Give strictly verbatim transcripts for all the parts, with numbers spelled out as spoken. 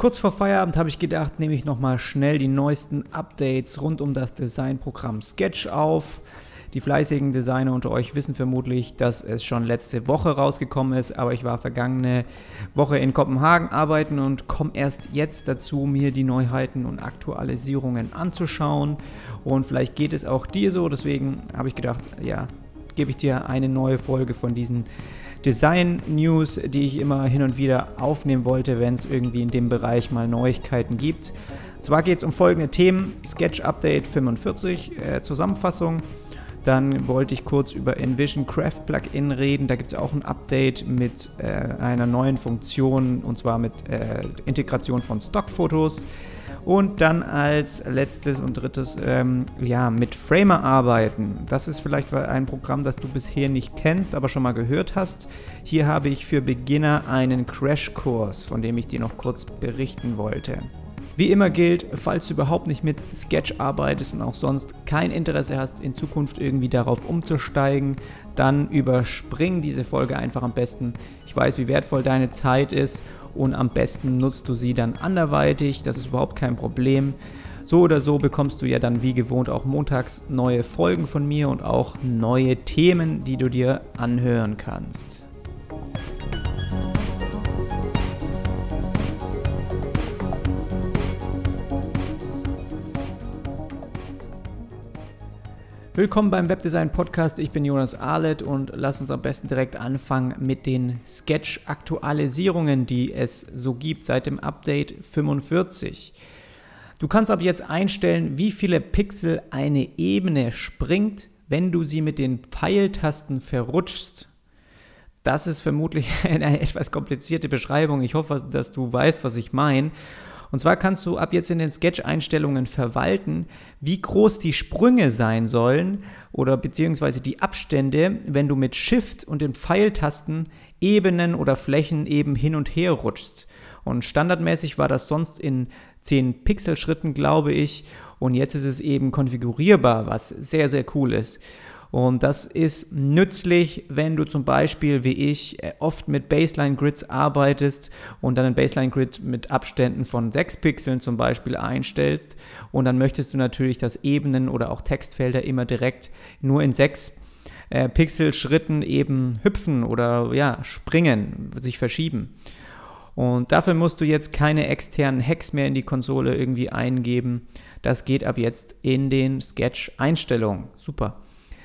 Kurz vor Feierabend habe ich gedacht, nehme ich nochmal schnell die neuesten Updates rund um das Designprogramm Sketch auf. Die fleißigen Designer unter euch wissen vermutlich, dass es schon letzte Woche rausgekommen ist, aber ich war vergangene Woche in Kopenhagen arbeiten und komme erst jetzt dazu, mir die Neuheiten und Aktualisierungen anzuschauen. Und vielleicht geht es auch dir so, deswegen habe ich gedacht, ja, gebe ich dir eine neue Folge von diesen Design-News, die ich immer hin und wieder aufnehmen wollte, wenn es irgendwie in dem Bereich mal Neuigkeiten gibt. Und zwar geht es um folgende Themen: Sketch Update fünfundvierzig, äh, Zusammenfassung. Dann wollte ich kurz über Envision Craft Plugin reden. Da gibt es auch ein Update mit äh, einer neuen Funktion, und zwar mit äh, Integration von Stockfotos. Und dann als letztes und drittes ähm, ja, mit Framer arbeiten. Das ist vielleicht ein Programm, das du bisher nicht kennst, aber schon mal gehört hast. Hier habe ich für Beginner einen Crashkurs, von dem ich dir noch kurz berichten wollte. Wie immer gilt, falls du überhaupt nicht mit Sketch arbeitest und auch sonst kein Interesse hast, in Zukunft irgendwie darauf umzusteigen, dann überspring diese Folge einfach am besten. Ich weiß, wie wertvoll deine Zeit ist und am besten nutzt du sie dann anderweitig. Das ist überhaupt kein Problem. So oder so bekommst du ja dann wie gewohnt auch montags neue Folgen von mir und auch neue Themen, die du dir anhören kannst. Willkommen beim Webdesign Podcast, ich bin Jonas Arlett und lass uns am besten direkt anfangen mit den Sketch-Aktualisierungen, die es so gibt seit dem Update fünfundvierzig. Du kannst ab jetzt einstellen, wie viele Pixel eine Ebene springt, wenn du sie mit den Pfeiltasten verrutschst. Das ist vermutlich eine etwas komplizierte Beschreibung, ich hoffe, dass du weißt, was ich meine. Und zwar kannst du ab jetzt in den Sketch-Einstellungen verwalten, wie groß die Sprünge sein sollen oder beziehungsweise die Abstände, wenn du mit Shift und den Pfeiltasten Ebenen oder Flächen eben hin und her rutschst. Und standardmäßig war das sonst in zehn Pixelschritten, glaube ich, und jetzt ist es eben konfigurierbar, was sehr, sehr cool ist. Und das ist nützlich, wenn du zum Beispiel, wie ich, oft mit Baseline-Grids arbeitest und dann ein Baseline-Grid mit Abständen von sechs Pixeln zum Beispiel einstellst. Und dann möchtest du natürlich, dass Ebenen oder auch Textfelder immer direkt nur in sechs äh, Pixelschritten eben hüpfen oder ja, springen, sich verschieben. Und dafür musst du jetzt keine externen Hacks mehr in die Konsole irgendwie eingeben. Das geht ab jetzt in den Sketch-Einstellungen. Super.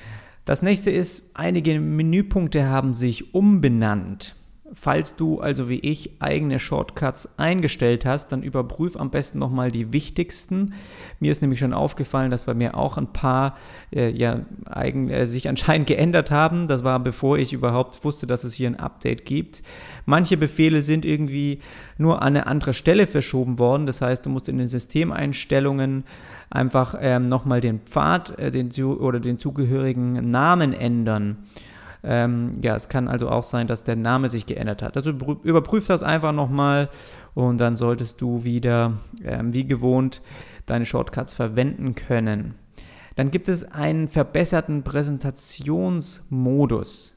Das nächste ist, einige Menüpunkte haben sich umbenannt. Falls du also wie ich eigene Shortcuts eingestellt hast, dann überprüf am besten nochmal die wichtigsten. Mir ist nämlich schon aufgefallen, dass bei mir auch ein paar äh, ja, eigen, äh, sich anscheinend geändert haben. Das war bevor ich überhaupt wusste, dass es hier ein Update gibt. Manche Befehle sind irgendwie nur an eine andere Stelle verschoben worden. Das heißt, du musst in den Systemeinstellungen einfach ähm, nochmal den Pfad äh, den, oder den zugehörigen Namen ändern. Ähm, ja, es kann also auch sein, dass der Name sich geändert hat. Also überprüf das einfach nochmal und dann solltest du wieder ähm, wie gewohnt deine Shortcuts verwenden können. Dann gibt es einen verbesserten Präsentationsmodus.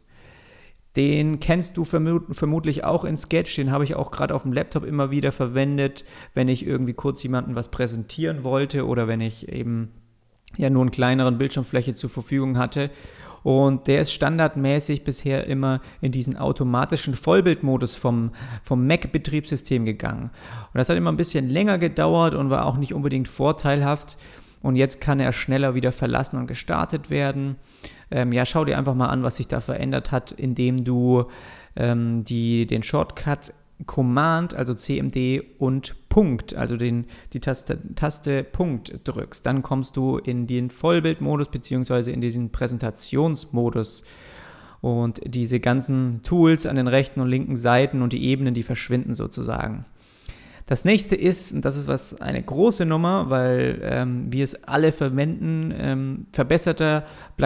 Den kennst du vermut- vermutlich auch in Sketch, den habe ich auch gerade auf dem Laptop immer wieder verwendet, wenn ich irgendwie kurz jemandem was präsentieren wollte oder wenn ich eben ja nur einen kleineren Bildschirmfläche zur Verfügung hatte. Und der ist standardmäßig bisher immer in diesen automatischen Vollbildmodus vom, vom Mac-Betriebssystem gegangen. Und das hat immer ein bisschen länger gedauert und war auch nicht unbedingt vorteilhaft. Und jetzt kann er schneller wieder verlassen und gestartet werden. Ähm, ja, schau dir einfach mal an, was sich da verändert hat, indem du ähm, die, den Shortcut Command, also C M D und Punkt, also den, die Taste, Taste Punkt drückst. Dann kommst du in den Vollbildmodus bzw. in diesen Präsentationsmodus. Und diese ganzen Tools an den rechten und linken Seiten und die Ebenen, die verschwinden sozusagen. Das nächste ist, und das ist was eine große Nummer, weil ähm, wir es alle verwenden, ähm, verbesserter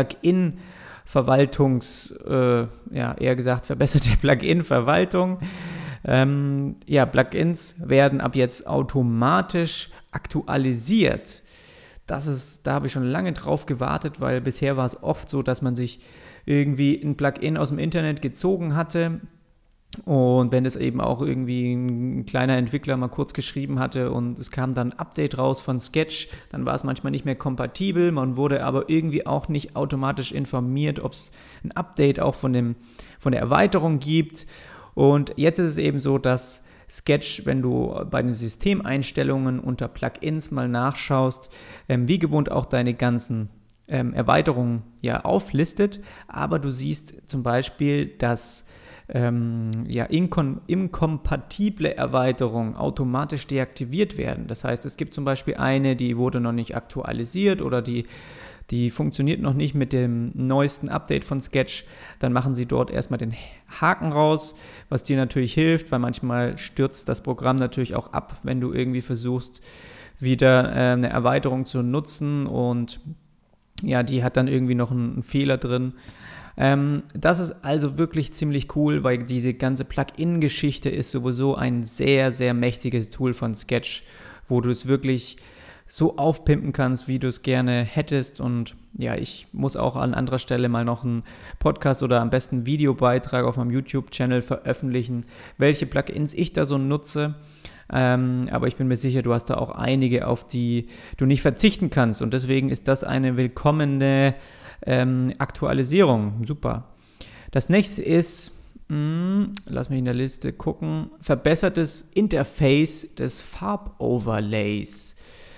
Plugin-Verwaltungs, äh, ja, eher gesagt verbesserte Plugin-Verwaltung. Ähm, ja, Plugins werden ab jetzt automatisch aktualisiert. Das ist, da habe ich schon lange drauf gewartet, weil bisher war es oft so, dass man sich irgendwie ein Plugin aus dem Internet gezogen hatte Und wenn das eben auch irgendwie ein kleiner Entwickler mal kurz geschrieben hatte und es kam dann ein Update raus von Sketch, dann war es manchmal nicht mehr kompatibel. Man wurde aber irgendwie auch nicht automatisch informiert, ob es ein Update auch von, dem, von der Erweiterung gibt. Und jetzt ist es eben so, dass Sketch, wenn du bei den Systemeinstellungen unter Plugins mal nachschaust, ähm, wie gewohnt auch deine ganzen ähm, Erweiterungen ja auflistet. Aber du siehst zum Beispiel, dass Ähm, ja, inkon- inkompatible Erweiterungen automatisch deaktiviert werden. Das heißt, es gibt zum Beispiel eine, die wurde noch nicht aktualisiert oder die, die funktioniert noch nicht mit dem neuesten Update von Sketch. Dann machen sie dort erstmal den Haken raus, was dir natürlich hilft, weil manchmal stürzt das Programm natürlich auch ab, wenn du irgendwie versuchst, wieder äh, eine Erweiterung zu nutzen und ja, die hat dann irgendwie noch einen, einen Fehler drin. Ähm, das ist also wirklich ziemlich cool, weil diese ganze Plugin-Geschichte ist sowieso ein sehr, sehr mächtiges Tool von Sketch, wo du es wirklich so aufpimpen kannst, wie du es gerne hättest. Und ja, ich muss auch an anderer Stelle mal noch einen Podcast oder am besten einen Videobeitrag auf meinem YouTube-Channel veröffentlichen, welche Plugins ich da so nutze. Ähm, aber ich bin mir sicher, du hast da auch einige, auf die du nicht verzichten kannst. Und deswegen ist das eine willkommene ähm, Aktualisierung. Super. Das nächste ist, mh, lass mich in der Liste gucken, verbessertes Interface des Farboverlays.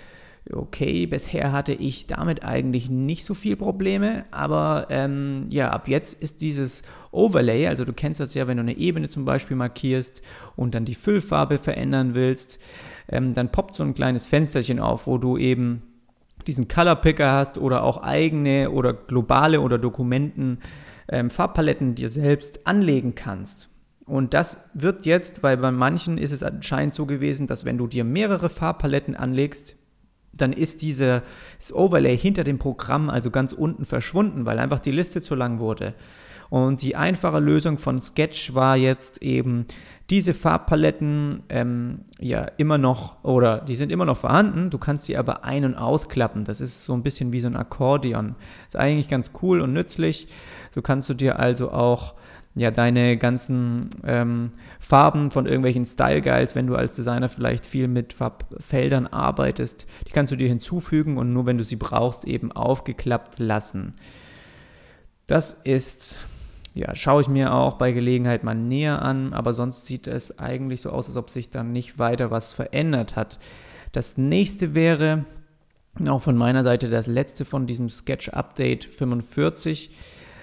Okay, bisher hatte ich damit eigentlich nicht so viel Probleme, aber ähm, ja, ab jetzt ist dieses Overlay, also du kennst das ja, wenn du eine Ebene zum Beispiel markierst und dann die Füllfarbe verändern willst, ähm, dann poppt so ein kleines Fensterchen auf, wo du eben diesen Color Picker hast oder auch eigene oder globale oder Dokumenten ähm, Farbpaletten dir selbst anlegen kannst. Und das wird jetzt, weil bei manchen ist es anscheinend so gewesen, dass wenn du dir mehrere Farbpaletten anlegst, dann ist dieses Overlay hinter dem Programm also ganz unten verschwunden, weil einfach die Liste zu lang wurde. Und die einfache Lösung von Sketch war jetzt eben, diese Farbpaletten ähm, ja immer noch, oder die sind immer noch vorhanden, du kannst sie aber ein- und ausklappen. Das ist so ein bisschen wie so ein Akkordeon. Ist eigentlich ganz cool und nützlich. So kannst du dir also auch ja, deine ganzen ähm, Farben von irgendwelchen Style Guides, wenn du als Designer vielleicht viel mit Farbfeldern arbeitest, die kannst du dir hinzufügen und nur wenn du sie brauchst, eben aufgeklappt lassen. Das ist, ja, schaue ich mir auch bei Gelegenheit mal näher an, aber sonst sieht es eigentlich so aus, als ob sich dann nicht weiter was verändert hat. Das nächste wäre, auch von meiner Seite das letzte von diesem Sketch-Update fünfundvierzig,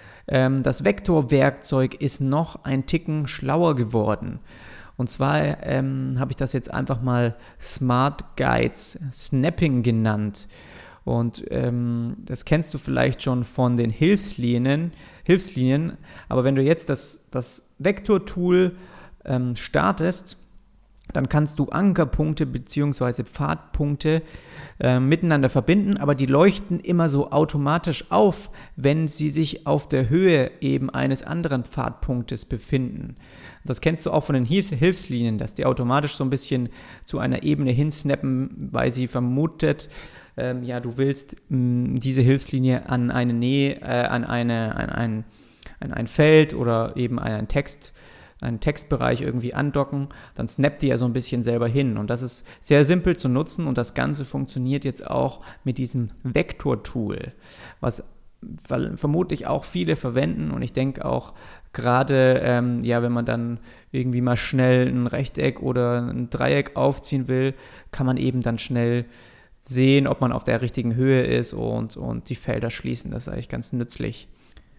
das Vektorwerkzeug ist noch ein Ticken schlauer geworden. Und zwar ähm, habe ich das jetzt einfach mal Smart Guides Snapping genannt. Und ähm, das kennst du vielleicht schon von den Hilfslinien. Hilfslinien. Aber wenn du jetzt das, das Vektor-Tool ähm, startest, dann kannst du Ankerpunkte bzw. Pfadpunkte äh, miteinander verbinden, aber die leuchten immer so automatisch auf, wenn sie sich auf der Höhe eben eines anderen Pfadpunktes befinden. Das kennst du auch von den Hilfslinien, dass die automatisch so ein bisschen zu einer Ebene hinsnappen, weil sie vermutet, ähm, ja, du willst mh, diese Hilfslinie an eine Nähe, äh, an, eine, an, ein, an ein Feld oder eben an einen Text einen Textbereich irgendwie andocken, dann snappt die ja so ein bisschen selber hin. Und das ist sehr simpel zu nutzen und das Ganze funktioniert jetzt auch mit diesem Vektor-Tool, was vermutlich auch viele verwenden und ich denke auch gerade, ähm, ja, wenn man dann irgendwie mal schnell ein Rechteck oder ein Dreieck aufziehen will, kann man eben dann schnell sehen, ob man auf der richtigen Höhe ist und, und die Felder schließen. Das ist eigentlich ganz nützlich.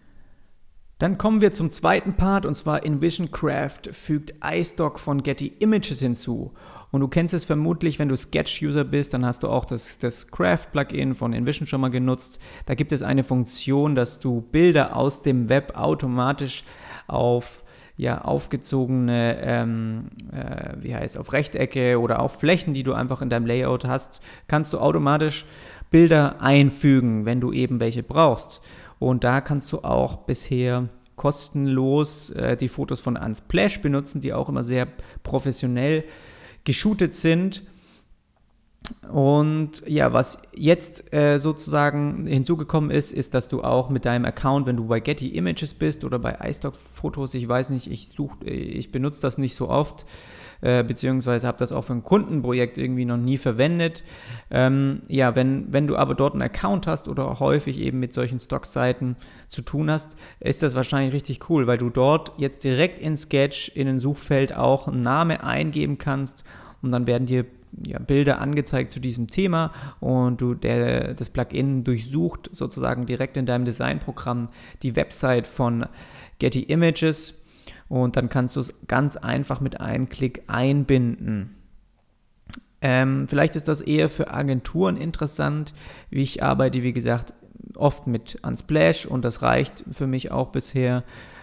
Dann kommen wir zum zweiten Part und zwar InVision Craft fügt iStock von Getty Images hinzu. Und du kennst es vermutlich, wenn du Sketch-User bist, dann hast du auch das, das Craft-Plugin von InVision schon mal genutzt. Da gibt es eine Funktion, dass du Bilder aus dem Web automatisch auf ja, aufgezogene, ähm, äh, wie heißt, auf Rechtecke oder auf Flächen, die du einfach in deinem Layout hast, kannst du automatisch Bilder einfügen, wenn du eben welche brauchst. Und da kannst du auch bisher kostenlos äh, die Fotos von Unsplash benutzen, die auch immer sehr professionell geshootet sind. Und ja, was jetzt äh, sozusagen hinzugekommen ist, ist, dass du auch mit deinem Account, wenn du bei Getty Images bist oder bei iStock Fotos, ich weiß nicht, ich such, ich benutze das nicht so oft, äh, beziehungsweise habe das auch für ein Kundenprojekt irgendwie noch nie verwendet. Ähm, ja, wenn, wenn du aber dort einen Account hast oder häufig eben mit solchen Stockseiten zu tun hast, ist das wahrscheinlich richtig cool, weil du dort jetzt direkt in Sketch in ein Suchfeld auch einen Namen eingeben kannst und dann werden dir ja, Bilder angezeigt zu diesem Thema und du der, das Plugin durchsucht sozusagen direkt in deinem Designprogramm die Website von Getty Images und dann kannst du es ganz einfach mit einem Klick einbinden. Ähm, vielleicht ist das eher für Agenturen interessant. Wie ich arbeite, wie gesagt, oft mit Unsplash und das reicht für mich auch bisher.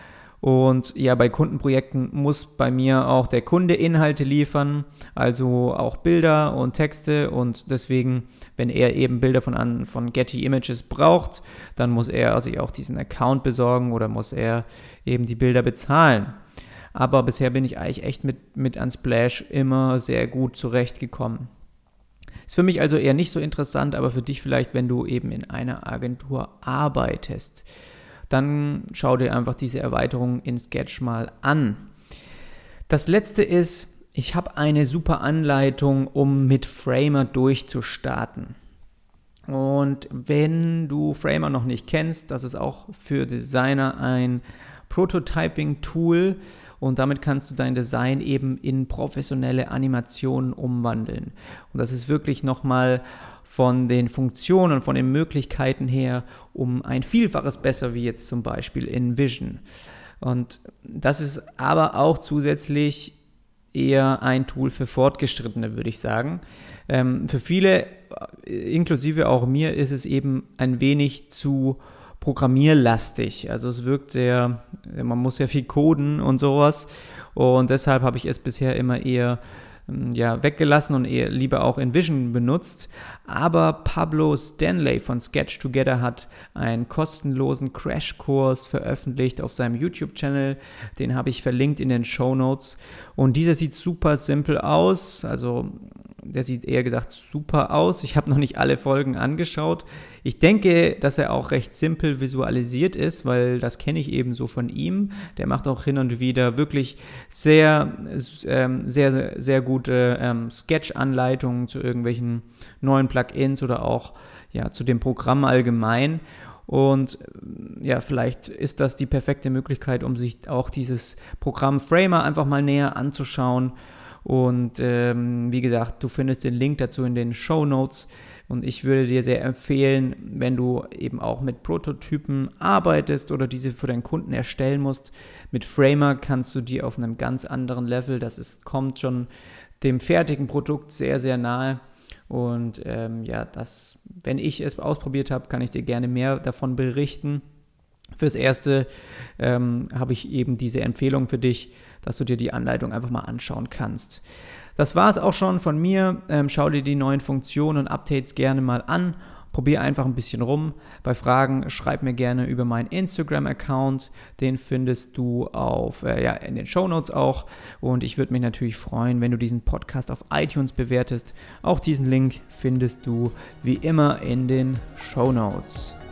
Und ja, bei Kundenprojekten muss bei mir auch der Kunde Inhalte liefern, also auch Bilder und Texte und deswegen, wenn er eben Bilder von, an, von Getty Images braucht, dann muss er sich auch diesen Account besorgen oder muss er eben die Bilder bezahlen. Aber bisher bin ich eigentlich echt mit, mit Unsplash immer sehr gut zurechtgekommen. Ist für mich also eher nicht so interessant, aber für dich vielleicht, wenn du eben in einer Agentur arbeitest. Dann schau dir einfach diese Erweiterung in Sketch mal an. Das letzte ist, ich habe eine super Anleitung, um mit Framer durchzustarten. Und wenn du Framer noch nicht kennst, das ist auch für Designer ein Prototyping-Tool und damit kannst du dein Design eben in professionelle Animationen umwandeln. Und das ist wirklich nochmal von den Funktionen, von den Möglichkeiten her um ein Vielfaches besser, wie jetzt zum Beispiel in Vision. Und das ist aber auch zusätzlich eher ein Tool für Fortgeschrittene, würde ich sagen. Ähm, für viele, inklusive auch mir, ist es eben ein wenig zu programmierlastig. Also es wirkt sehr, man muss ja viel coden und sowas. Und deshalb habe ich es bisher immer eher ja, weggelassen und eher lieber auch in Vision benutzt. Aber Pablo Stanley von Sketch Together hat einen kostenlosen Crashkurs veröffentlicht auf seinem YouTube-Channel. Den habe ich verlinkt in den Shownotes. Und dieser sieht super simpel aus. Also der sieht eher gesagt super aus. Ich habe noch nicht alle Folgen angeschaut. Ich denke, dass er auch recht simpel visualisiert ist, weil das kenne ich eben so von ihm. Der macht auch hin und wieder wirklich sehr, ähm, sehr, sehr gute ähm, Sketch-Anleitungen zu irgendwelchen neuen Plugins oder auch ja, zu dem Programm allgemein. Und ja, vielleicht ist das die perfekte Möglichkeit, um sich auch dieses Programm Framer einfach mal näher anzuschauen. Und ähm, wie gesagt, du findest den Link dazu in den Shownotes. Und ich würde dir sehr empfehlen, wenn du eben auch mit Prototypen arbeitest oder diese für deinen Kunden erstellen musst, mit Framer kannst du dir auf einem ganz anderen Level, das ist, kommt schon dem fertigen Produkt sehr, sehr nahe. Und ähm, ja, das, wenn ich es ausprobiert habe, kann ich dir gerne mehr davon berichten. Fürs Erste ähm, habe ich eben diese Empfehlung für dich, dass du dir die Anleitung einfach mal anschauen kannst. Das war es auch schon von mir. Ähm, schau dir die neuen Funktionen und Updates gerne mal an. Probier einfach ein bisschen rum. Bei Fragen schreib mir gerne über meinen Instagram-Account. Den findest du auf, äh, ja, in den Shownotes auch. Und ich würde mich natürlich freuen, wenn du diesen Podcast auf iTunes bewertest. Auch diesen Link findest du wie immer in den Shownotes.